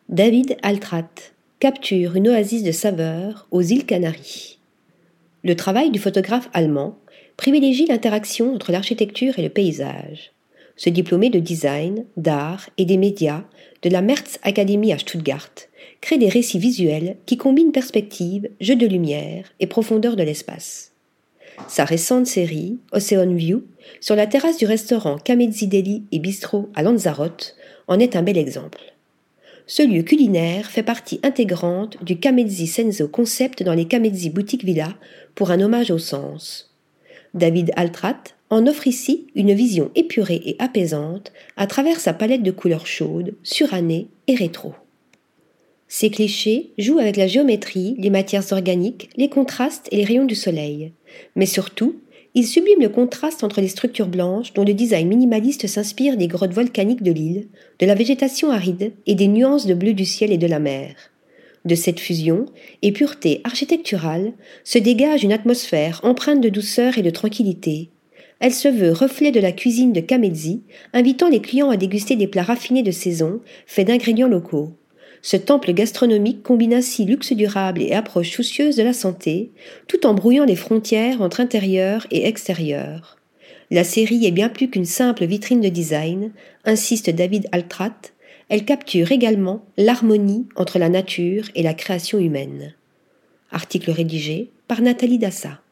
David Altrat capture une oasis de saveurs aux îles Canaries. Le travail du photographe allemand privilégie l'interaction entre l'architecture et le paysage. Ce diplômé de design, d'art et des médias de la Merz Academy à Stuttgart crée des récits visuels qui combinent perspective, jeu de lumière et profondeur de l'espace. Sa récente série, Ocean View, sur la terrasse du restaurant Kamezzi Deli et Bistrot à Lanzarote, en est un bel exemple. Ce lieu culinaire fait partie intégrante du Kamezzi Senso concept dans les Kamezzi Boutique Villa pour un hommage au sens. David Altrat en offre ici une vision épurée et apaisante à travers sa palette de couleurs chaudes, surannées et rétro. Ces clichés jouent avec la géométrie, les matières organiques, les contrastes et les rayons du soleil. Mais surtout, il sublime le contraste entre les structures blanches dont le design minimaliste s'inspire des grottes volcaniques de l'île, de la végétation aride et des nuances de bleu du ciel et de la mer. De cette fusion et pureté architecturale se dégage une atmosphère empreinte de douceur et de tranquillité. Elle se veut reflet de la cuisine de Kamezzi, invitant les clients à déguster des plats raffinés de saison, faits d'ingrédients locaux. Ce temple gastronomique combine ainsi luxe durable et approche soucieuse de la santé, tout en brouillant les frontières entre intérieur et extérieur. La série est bien plus qu'une simple vitrine de design, insiste David Altrat, elle capture également l'harmonie entre la nature et la création humaine. Article rédigé par Nathalie Dassa.